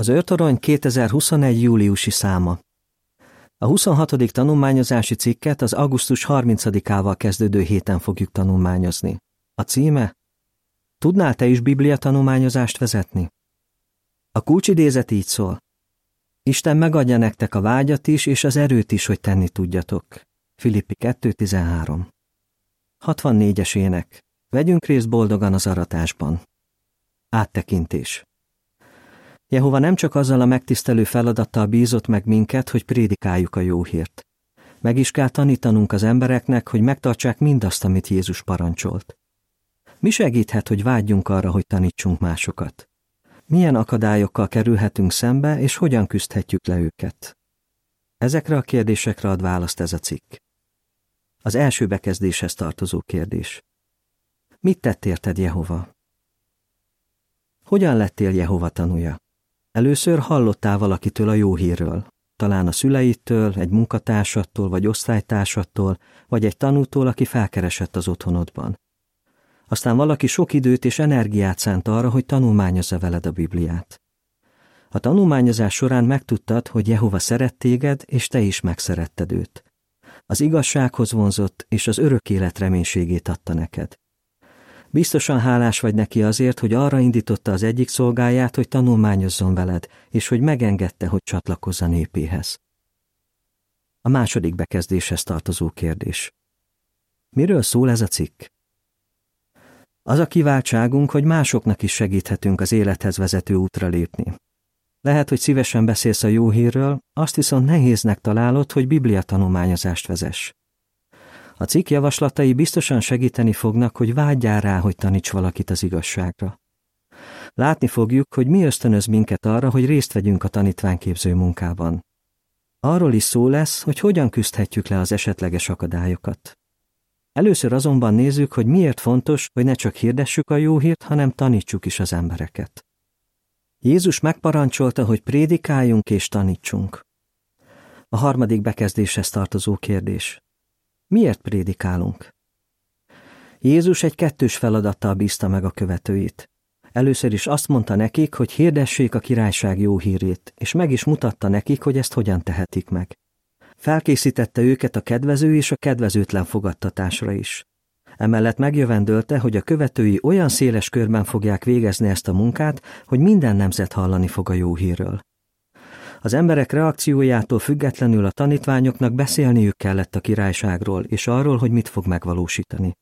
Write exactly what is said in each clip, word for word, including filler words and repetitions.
Az őrtorony kétezer-huszonegy. júliusi száma. A huszonhatodik tanulmányozási cikket az augusztus harmincadikával kezdődő héten fogjuk tanulmányozni. A címe: Tudnál te is Biblia tanulmányozást vezetni? A kulcsidézet így szól: Isten megadja nektek a vágyat is, és az erőt is, hogy tenni tudjatok. Filippi kettő tizenhárom. hatvannégyes ének. Vegyünk részt boldogan az aratásban. Áttekintés. Jehova nem csak azzal a megtisztelő feladattal bízott meg minket, hogy prédikáljuk a jó hírt. Meg is kell tanítanunk az embereknek, hogy megtartsák mindazt, amit Jézus parancsolt. Mi segíthet, hogy vágyjunk arra, hogy tanítsunk másokat? Milyen akadályokkal kerülhetünk szembe, és hogyan küzdhetjük le őket? Ezekre a kérdésekre ad választ ez a cikk. Az első bekezdéshez tartozó kérdés. Mit tett érted Jehova? Hogyan lettél Jehova tanúja? Először hallottál valakitől a jó hírről, talán a szüleidtől, egy munkatársattól vagy osztálytársattól, vagy egy tanútól, aki felkeresett az otthonodban. Aztán valaki sok időt és energiát szánt arra, hogy tanulmányozza veled a Bibliát. A tanulmányozás során megtudtad, hogy Jehova szeret téged, és te is megszeretted őt. Az igazsághoz vonzott, és az örök élet reménységét adta neked. Biztosan hálás vagy neki azért, hogy arra indította az egyik szolgáját, hogy tanulmányozzon veled, és hogy megengedte, hogy csatlakozz a népéhez. A második bekezdéshez tartozó kérdés. Miről szól ez a cikk? Az a kiváltságunk, hogy másoknak is segíthetünk az élethez vezető útra lépni. Lehet, hogy szívesen beszélsz a jó hírről, azt viszont nehéznek találod, hogy Biblia tanulmányozást vezess. A cikk javaslatai biztosan segíteni fognak, hogy vágyjál rá, hogy taníts valakit az igazságra. Látni fogjuk, hogy mi ösztönöz minket arra, hogy részt vegyünk a tanítványképző munkában. Arról is szó lesz, hogy hogyan küzdhetjük le az esetleges akadályokat. Először azonban nézzük, hogy miért fontos, hogy ne csak hirdessük a jó hírt, hanem tanítsuk is az embereket. Jézus megparancsolta, hogy prédikáljunk és tanítsunk. A harmadik bekezdéshez tartozó kérdés. Miért prédikálunk? Jézus egy kettős feladattal bízta meg a követőit. Először is azt mondta nekik, hogy hirdessék a királyság jó hírét, és meg is mutatta nekik, hogy ezt hogyan tehetik meg. Felkészítette őket a kedvező és a kedvezőtlen fogadtatásra is. Emellett megjövendölte, hogy a követői olyan széles körben fogják végezni ezt a munkát, hogy minden nemzet hallani fog a jó hírről. Az emberek reakciójától függetlenül a tanítványoknak beszélniük kellett a királyságról, és arról, hogy mit fog megvalósítani.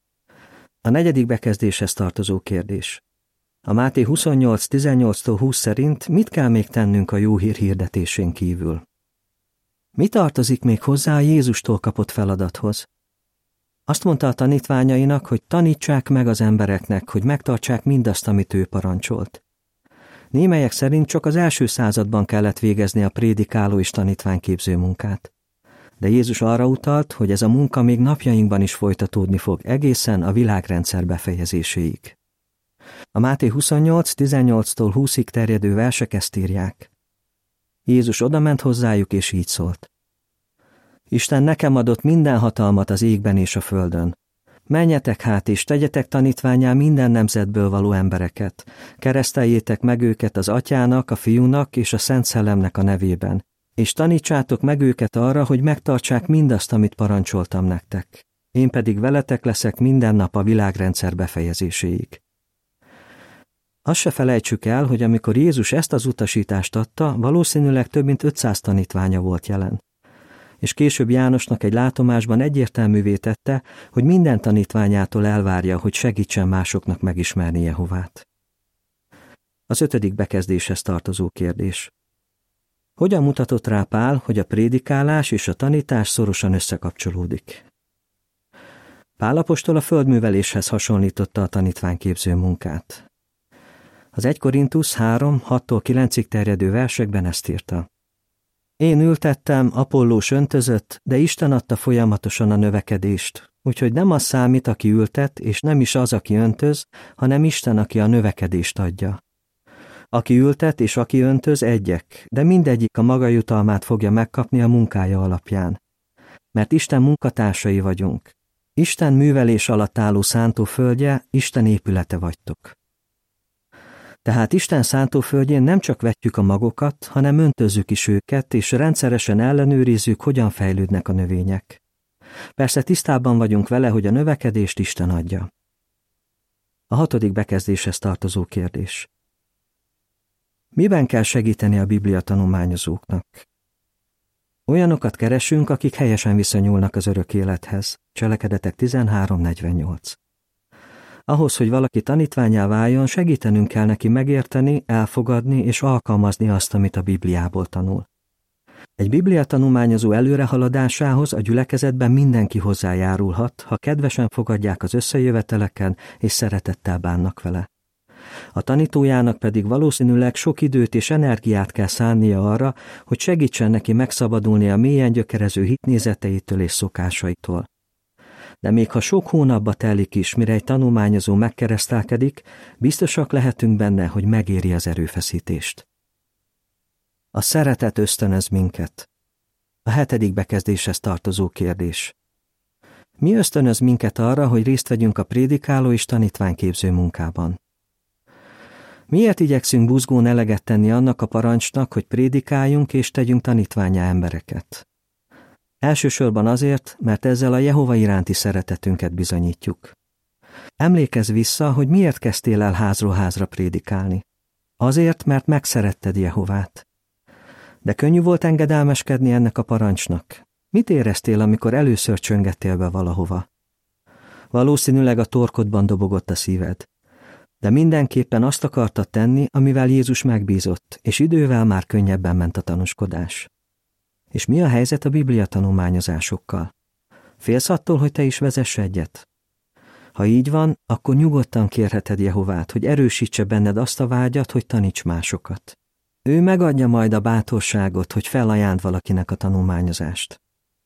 A negyedik bekezdéshez tartozó kérdés. A Máté huszonnyolc tizennyolctól húsz szerint mit kell még tennünk a jó hír hirdetésén kívül? Mi tartozik még hozzá a Jézustól kapott feladathoz? Azt mondta a tanítványainak, hogy tanítsák meg az embereknek, hogy megtartsák mindazt, amit ő parancsolt. Némelyek szerint csak az első században kellett végezni a prédikáló és tanítványképző munkát. De Jézus arra utalt, hogy ez a munka még napjainkban is folytatódni fog egészen a világrendszer befejezéséig. A Máté huszonnyolc tizennyolctól húszig terjedő versek ezt írják. Jézus odament hozzájuk, és így szólt. Isten nekem adott minden hatalmat az égben és a földön. Menjetek hát, és tegyetek tanítvánnyá minden nemzetből való embereket. Kereszteljétek meg őket az Atyának, a Fiúnak és a Szent Szellemnek a nevében, és tanítsátok meg őket arra, hogy megtartsák mindazt, amit parancsoltam nektek. Én pedig veletek leszek minden nap a világrendszer befejezéséig. Azt se felejtsük el, hogy amikor Jézus ezt az utasítást adta, valószínűleg több mint ötszáz tanítványa volt jelen. És később Jánosnak egy látomásban egyértelművé tette, hogy minden tanítványától elvárja, hogy segítsen másoknak megismerni Jehovát. Az ötödik bekezdéshez tartozó kérdés. Hogyan mutatott rá Pál, hogy a prédikálás és a tanítás szorosan összekapcsolódik? Pál apostol a földműveléshez hasonlította a tanítványképző munkát. Az egy Korintusz három hattól kilencig terjedő versekben ezt írta. Én ültettem, Apollós öntözött, de Isten adta folyamatosan a növekedést, úgyhogy nem az számít, aki ültet, és nem is az, aki öntöz, hanem Isten, aki a növekedést adja. Aki ültet és aki öntöz egyek, de mindegyik a maga jutalmát fogja megkapni a munkája alapján. Mert Isten munkatársai vagyunk. Isten művelés alatt álló szántóföldje, Isten épülete vagytok. Tehát Isten szántóföldjén nem csak vetjük a magokat, hanem öntözzük is őket, és rendszeresen ellenőrizzük, hogyan fejlődnek a növények. Persze tisztában vagyunk vele, hogy a növekedést Isten adja. A hatodik bekezdéshez tartozó kérdés. Miben kell segíteni a Biblia tanulmányozóknak? Olyanokat keresünk, akik helyesen viszonyulnak az örök élethez. Cselekedetek tizenhárom negyvennyolc. Ahhoz, hogy valaki tanítvánnyá váljon, segítenünk kell neki megérteni, elfogadni és alkalmazni azt, amit a Bibliából tanul. Egy Biblia tanulmányozó előrehaladásához a gyülekezetben mindenki hozzájárulhat, ha kedvesen fogadják az összejöveteleken és szeretettel bánnak vele. A tanítójának pedig valószínűleg sok időt és energiát kell szánnia arra, hogy segítsen neki megszabadulni a mélyen gyökerező hitnézeteitől és szokásaitól. De még ha sok hónapba telik is, mire egy tanulmányozó megkeresztelkedik, biztosak lehetünk benne, hogy megéri az erőfeszítést. A szeretet ösztönöz minket. A hetedik bekezdéshez tartozó kérdés. Mi ösztönöz minket arra, hogy részt vegyünk a prédikáló és tanítványképző munkában? Miért igyekszünk buzgón eleget tenni annak a parancsnak, hogy prédikáljunk és tegyünk tanítvánnyá embereket? Elsősorban azért, mert ezzel a Jehova iránti szeretetünket bizonyítjuk. Emlékezz vissza, hogy miért kezdtél el házról házra prédikálni. Azért, mert megszeretted Jehovát. De könnyű volt engedelmeskedni ennek a parancsnak. Mit éreztél, amikor először csöngettél be valahova? Valószínűleg a torkodban dobogott a szíved. De mindenképpen azt akartad tenni, amivel Jézus megbízott, és idővel már könnyebben ment a tanúskodás. És mi a helyzet a Biblia tanulmányozásokkal? Félsz attól, hogy te is vezess egyet? Ha így van, akkor nyugodtan kérheted Jehovát, hogy erősítse benned azt a vágyat, hogy taníts másokat. Ő megadja majd a bátorságot, hogy felajánld valakinek a tanulmányozást.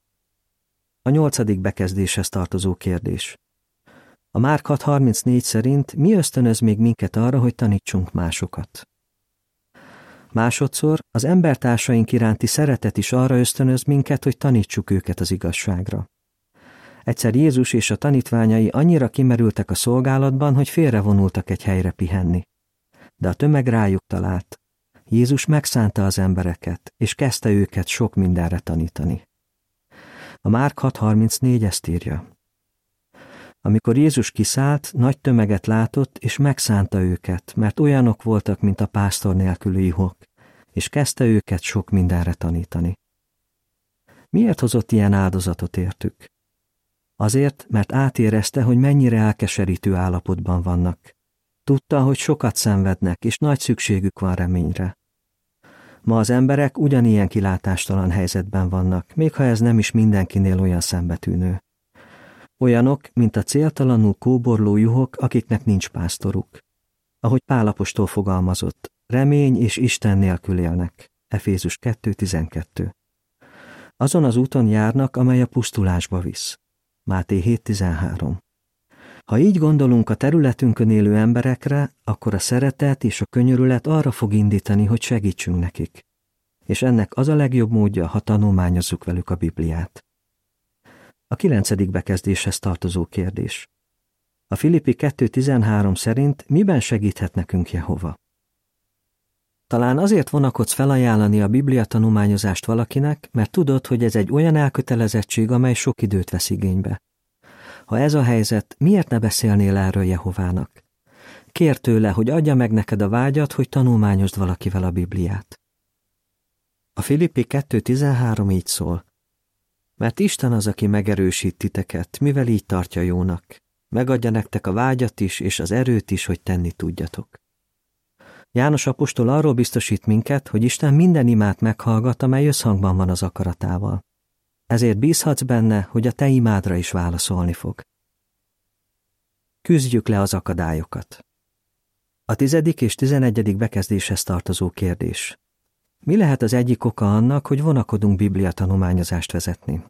A nyolcadik bekezdéshez tartozó kérdés. A Márk hat harmincnégy szerint mi ösztönöz még minket arra, hogy tanítsunk másokat? Másodszor az embertársaink iránti szeretet is arra ösztönöz minket, hogy tanítsuk őket az igazságra. Egyszer Jézus és a tanítványai annyira kimerültek a szolgálatban, hogy félrevonultak egy helyre pihenni. De a tömeg rájuk talált. Jézus megszánta az embereket, és kezdte őket sok mindenre tanítani. A Márk hat harmincnégy ezt írja. Amikor Jézus kiszállt, nagy tömeget látott, és megszánta őket, mert olyanok voltak, mint a pásztor nélküli juhok, és kezdte őket sok mindenre tanítani. Miért hozott ilyen áldozatot értük? Azért, mert átérezte, hogy mennyire elkeserítő állapotban vannak. Tudta, hogy sokat szenvednek, és nagy szükségük van reményre. Ma az emberek ugyanilyen kilátástalan helyzetben vannak, még ha ez nem is mindenkinél olyan szembetűnő. Olyanok, mint a céltalanul kóborló juhok, akiknek nincs pásztoruk. Ahogy Pál apostol fogalmazott, remény és Isten nélkül élnek. Efézus kettő tizenkettő. Azon az úton járnak, amely a pusztulásba visz. Máté hét tizenhárom. Ha így gondolunk a területünkön élő emberekre, akkor a szeretet és a könyörület arra fog indítani, hogy segítsünk nekik. És ennek az a legjobb módja, ha tanulmányozzuk velük a Bibliát. A kilencedik bekezdéshez tartozó kérdés. A Filippi kettő tizenhárom szerint miben segíthet nekünk Jehova? Talán azért vonakodsz felajánlani a Biblia tanulmányozást valakinek, mert tudod, hogy ez egy olyan elkötelezettség, amely sok időt vesz igénybe. Ha ez a helyzet, miért ne beszélnél erről Jehovának? Kérd tőle, hogy adja meg neked a vágyat, hogy tanulmányozd valakivel a Bibliát. A Filippi kettő tizenhárom így szól. Mert Isten az, aki megerősít titeket, mivel így tartja jónak. Megadja nektek a vágyat is, és az erőt is, hogy tenni tudjatok. János apostol arról biztosít minket, hogy Isten minden imát meghallgat, amely összhangban van az akaratával. Ezért bízhatsz benne, hogy a te imádra is válaszolni fog. Küzdjük le az akadályokat. A tizedik és tizenegyedik bekezdéshez tartozó kérdés. Mi lehet az egyik oka annak, hogy vonakodunk Biblia tanulmányozást vezetni?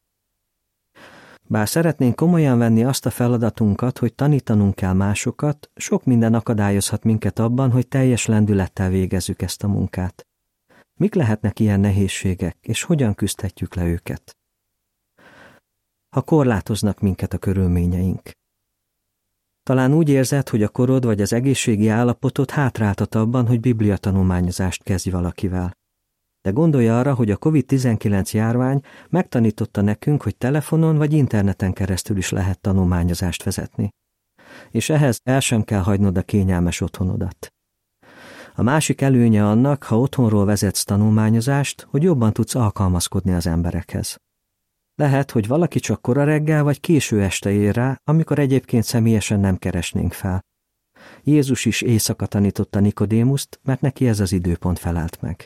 Bár szeretnénk komolyan venni azt a feladatunkat, hogy tanítanunk kell másokat, sok minden akadályozhat minket abban, hogy teljes lendülettel végezzük ezt a munkát. Mik lehetnek ilyen nehézségek, és hogyan küzdhetjük le őket? Ha korlátoznak minket a körülményeink. Talán úgy érzed, hogy a korod vagy az egészségi állapotod hátráltat abban, hogy bibliatanulmányozást kezdj valakivel. De gondolj arra, hogy a kovid tizenkilenc járvány megtanította nekünk, hogy telefonon vagy interneten keresztül is lehet tanulmányozást vezetni. És ehhez el sem kell hagynod a kényelmes otthonodat. A másik előnye annak, ha otthonról vezetsz tanulmányozást, hogy jobban tudsz alkalmazkodni az emberekhez. Lehet, hogy valaki csak kora reggel vagy késő este ér rá, amikor egyébként személyesen nem keresnénk fel. Jézus is éjszaka tanította Nikodémuszt, mert neki ez az időpont felelt meg.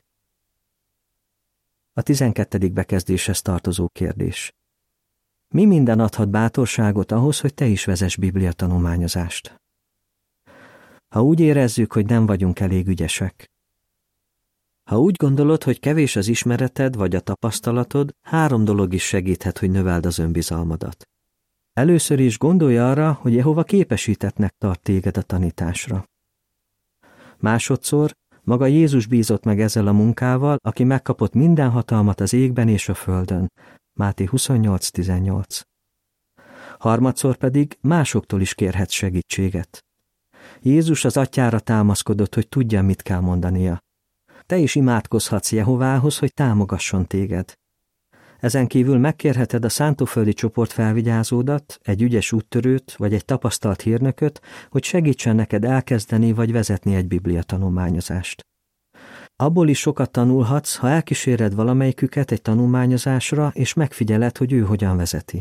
A tizenkettedik bekezdéshez tartozó kérdés. Mi minden adhat bátorságot ahhoz, hogy te is vezess bibliatanulmányozást? Ha úgy érezzük, hogy nem vagyunk elég ügyesek. Ha úgy gondolod, hogy kevés az ismereted vagy a tapasztalatod, három dolog is segíthet, hogy növeld az önbizalmadat. Először is gondolj arra, hogy Jehova képesítettnek tart téged a tanításra. Másodszor, maga Jézus bízott meg ezzel a munkával, aki megkapott minden hatalmat az égben és a földön. Máté huszonnyolc tizennyolc. Harmadszor pedig másoktól is kérhetsz segítséget. Jézus az atyára támaszkodott, hogy tudja, mit kell mondania. Te is imádkozhatsz Jehovához, hogy támogasson téged. Ezen kívül megkérheted a szántóföldi csoport felvigyázódat, egy ügyes úttörőt vagy egy tapasztalt hírnököt, hogy segítsen neked elkezdeni vagy vezetni egy bibliatanulmányozást. Abból is sokat tanulhatsz, ha elkíséred valamelyiküket egy tanulmányozásra, és megfigyeled, hogy ő hogyan vezeti.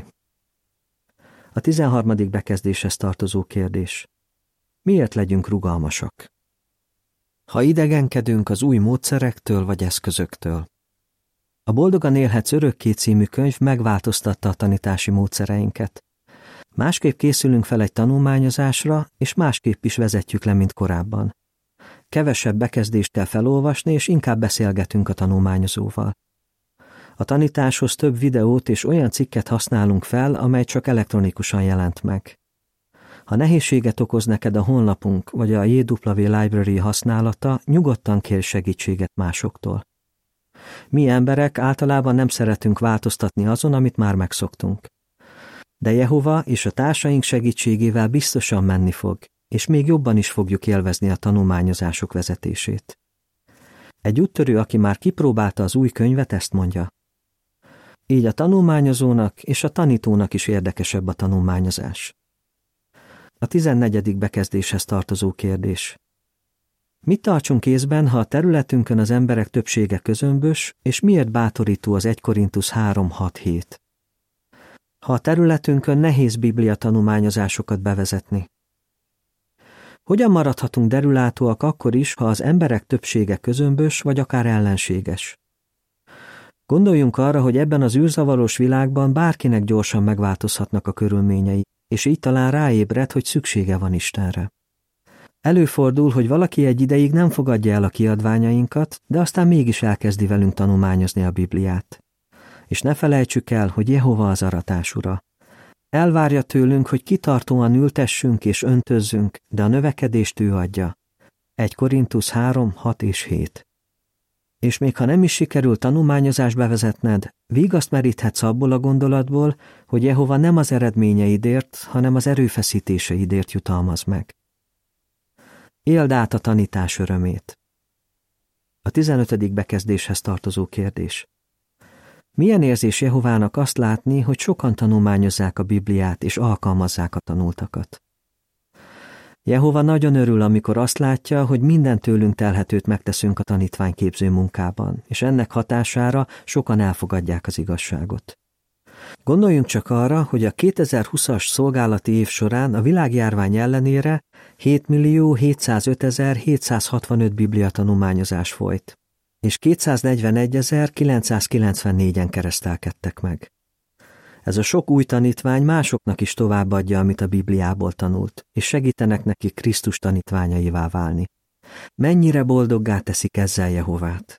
A tizenharmadik bekezdéshez tartozó kérdés. Miért legyünk rugalmasak? Ha idegenkedünk az új módszerektől vagy eszközöktől. A Boldogan élhetsz örökké című könyv megváltoztatta a tanítási módszereinket. Másképp készülünk fel egy tanulmányozásra, és másképp is vezetjük le, mint korábban. Kevesebb bekezdést kell felolvasni, és inkább beszélgetünk a tanulmányozóval. A tanításhoz több videót és olyan cikket használunk fel, amely csak elektronikusan jelent meg. Ha nehézséget okoz neked a honlapunk vagy a jé dupla vé Library használata, nyugodtan kérj segítséget másoktól. Mi emberek általában nem szeretünk változtatni azon, amit már megszoktunk. De Jehova és a társaink segítségével biztosan menni fog, és még jobban is fogjuk élvezni a tanulmányozások vezetését. Egy úttörő, aki már kipróbálta az új könyvet, ezt mondja. Így a tanulmányozónak és a tanítónak is érdekesebb a tanulmányozás. A tizennegyedik bekezdéshez tartozó kérdés. Mit tartsunk észben, ha a területünkön az emberek többsége közömbös, és miért bátorító az egy Korintusz három hat hét? Ha a területünkön nehéz biblia tanulmányozásokat bevezetni. Hogyan maradhatunk derülátóak akkor is, ha az emberek többsége közömbös, vagy akár ellenséges? Gondoljunk arra, hogy ebben az űrzavaros világban bárkinek gyorsan megváltozhatnak a körülményei, és így talán ráébred, hogy szüksége van Istenre. Előfordul, hogy valaki egy ideig nem fogadja el a kiadványainkat, de aztán mégis elkezdi velünk tanulmányozni a Bibliát. És ne felejtsük el, hogy Jehova az aratás ura. Elvárja tőlünk, hogy kitartóan ültessünk és öntözzünk, de a növekedést ő adja. egy Korintusz három hat és hét. És még ha nem is sikerül tanulmányozást bevezetned, vigaszt meríthetsz abból a gondolatból, hogy Jehova nem az eredményeidért, hanem az erőfeszítéseidért jutalmaz meg. Éld át a tanítás örömét. A tizenötödik bekezdéshez tartozó kérdés. Milyen érzés Jehovának azt látni, hogy sokan tanulmányozzák a Bibliát és alkalmazzák a tanultakat? Jehova nagyon örül, amikor azt látja, hogy minden tőlünk telhetőt megteszünk a tanítványképző munkában, és ennek hatására sokan elfogadják az igazságot. Gondoljunk csak arra, hogy a kétezer-húszas szolgálati év során a világjárvány ellenére hétmillió hétszázötezer-hétszázhatvanöt bibliatanulmányozás folyt, és kétszáznegyvenegyezer-kilencszázkilencvennégyen keresztelkedtek meg. Ez a sok új tanítvány másoknak is továbbadja, amit a Bibliából tanult, és segítenek neki Krisztus tanítványaivá válni. Mennyire boldoggá teszik ezzel Jehovát?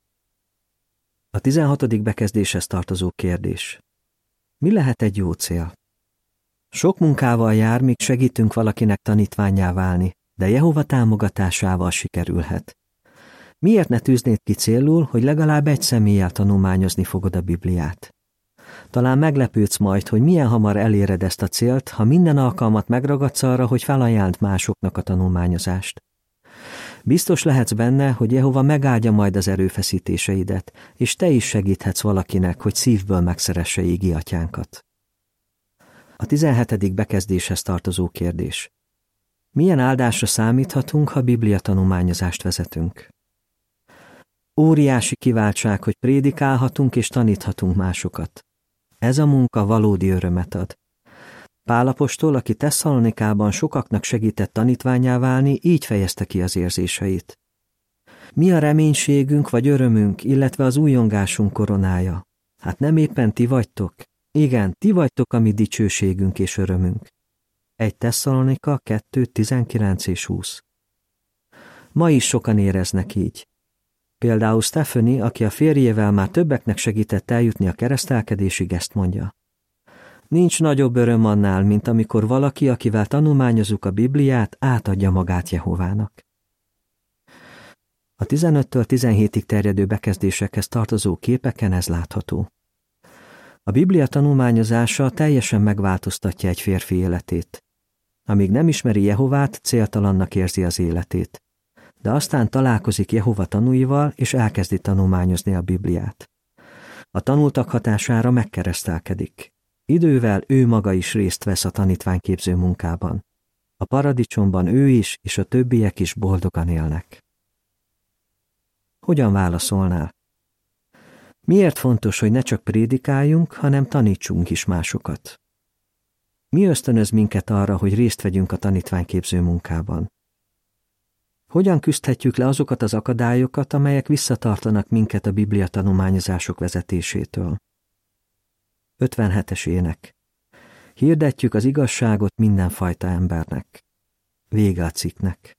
A tizenhatodik bekezdéshez tartozó kérdés. Mi lehet egy jó cél? Sok munkával jár, míg segítünk valakinek tanítvánnyá válni, de Jehova támogatásával sikerülhet. Miért ne tűznéd ki célul, hogy legalább egy személlyel tanulmányozni fogod a Bibliát? Talán meglepődsz majd, hogy milyen hamar eléred ezt a célt, ha minden alkalmat megragadsz arra, hogy felajánld másoknak a tanulmányozást. Biztos lehetsz benne, hogy Jehova megáldja majd az erőfeszítéseidet, és te is segíthetsz valakinek, hogy szívből megszeresse égi atyánkat. A tizenhetedik bekezdéshez tartozó kérdés. Milyen áldásra számíthatunk, ha Biblia tanulmányozást vezetünk? Óriási kiváltság, hogy prédikálhatunk és taníthatunk másokat. Ez a munka valódi örömet ad. Pál apostol, aki Tesszalonikában sokaknak segített tanítvánnyá válni, így fejezte ki az érzéseit. Mi a reménységünk vagy örömünk, illetve az újongásunk koronája? Hát nem éppen ti vagytok? Igen, ti vagytok a mi dicsőségünk és örömünk. egy Tesszalonika kettő tizenkilenc és húsz. Ma is sokan éreznek így. Például Stephanie, aki a férjével már többeknek segített eljutni a keresztelkedésig, ezt mondja. Nincs nagyobb öröm annál, mint amikor valaki, akivel tanulmányozzuk a Bibliát, átadja magát Jehovának. A tizenöttől tizenhétig terjedő bekezdésekhez tartozó képeken ez látható. A Biblia tanulmányozása teljesen megváltoztatja egy férfi életét. Amíg nem ismeri Jehovát, céltalannak érzi az életét. De aztán találkozik Jehova tanúival, és elkezdi tanulmányozni a Bibliát. A tanultak hatására megkeresztelkedik. Idővel ő maga is részt vesz a tanítványképző munkában. A paradicsomban ő is, és a többiek is boldogan élnek. Hogyan válaszolnál? Miért fontos, hogy ne csak prédikáljunk, hanem tanítsunk is másokat? Mi ösztönöz minket arra, hogy részt vegyünk a tanítványképző munkában? Hogyan küzdhetjük le azokat az akadályokat, amelyek visszatartanak minket a Biblia tanulmányozások vezetésétől? ötvenhetes ének. Hirdetjük az igazságot mindenfajta embernek. Vége a cikknek.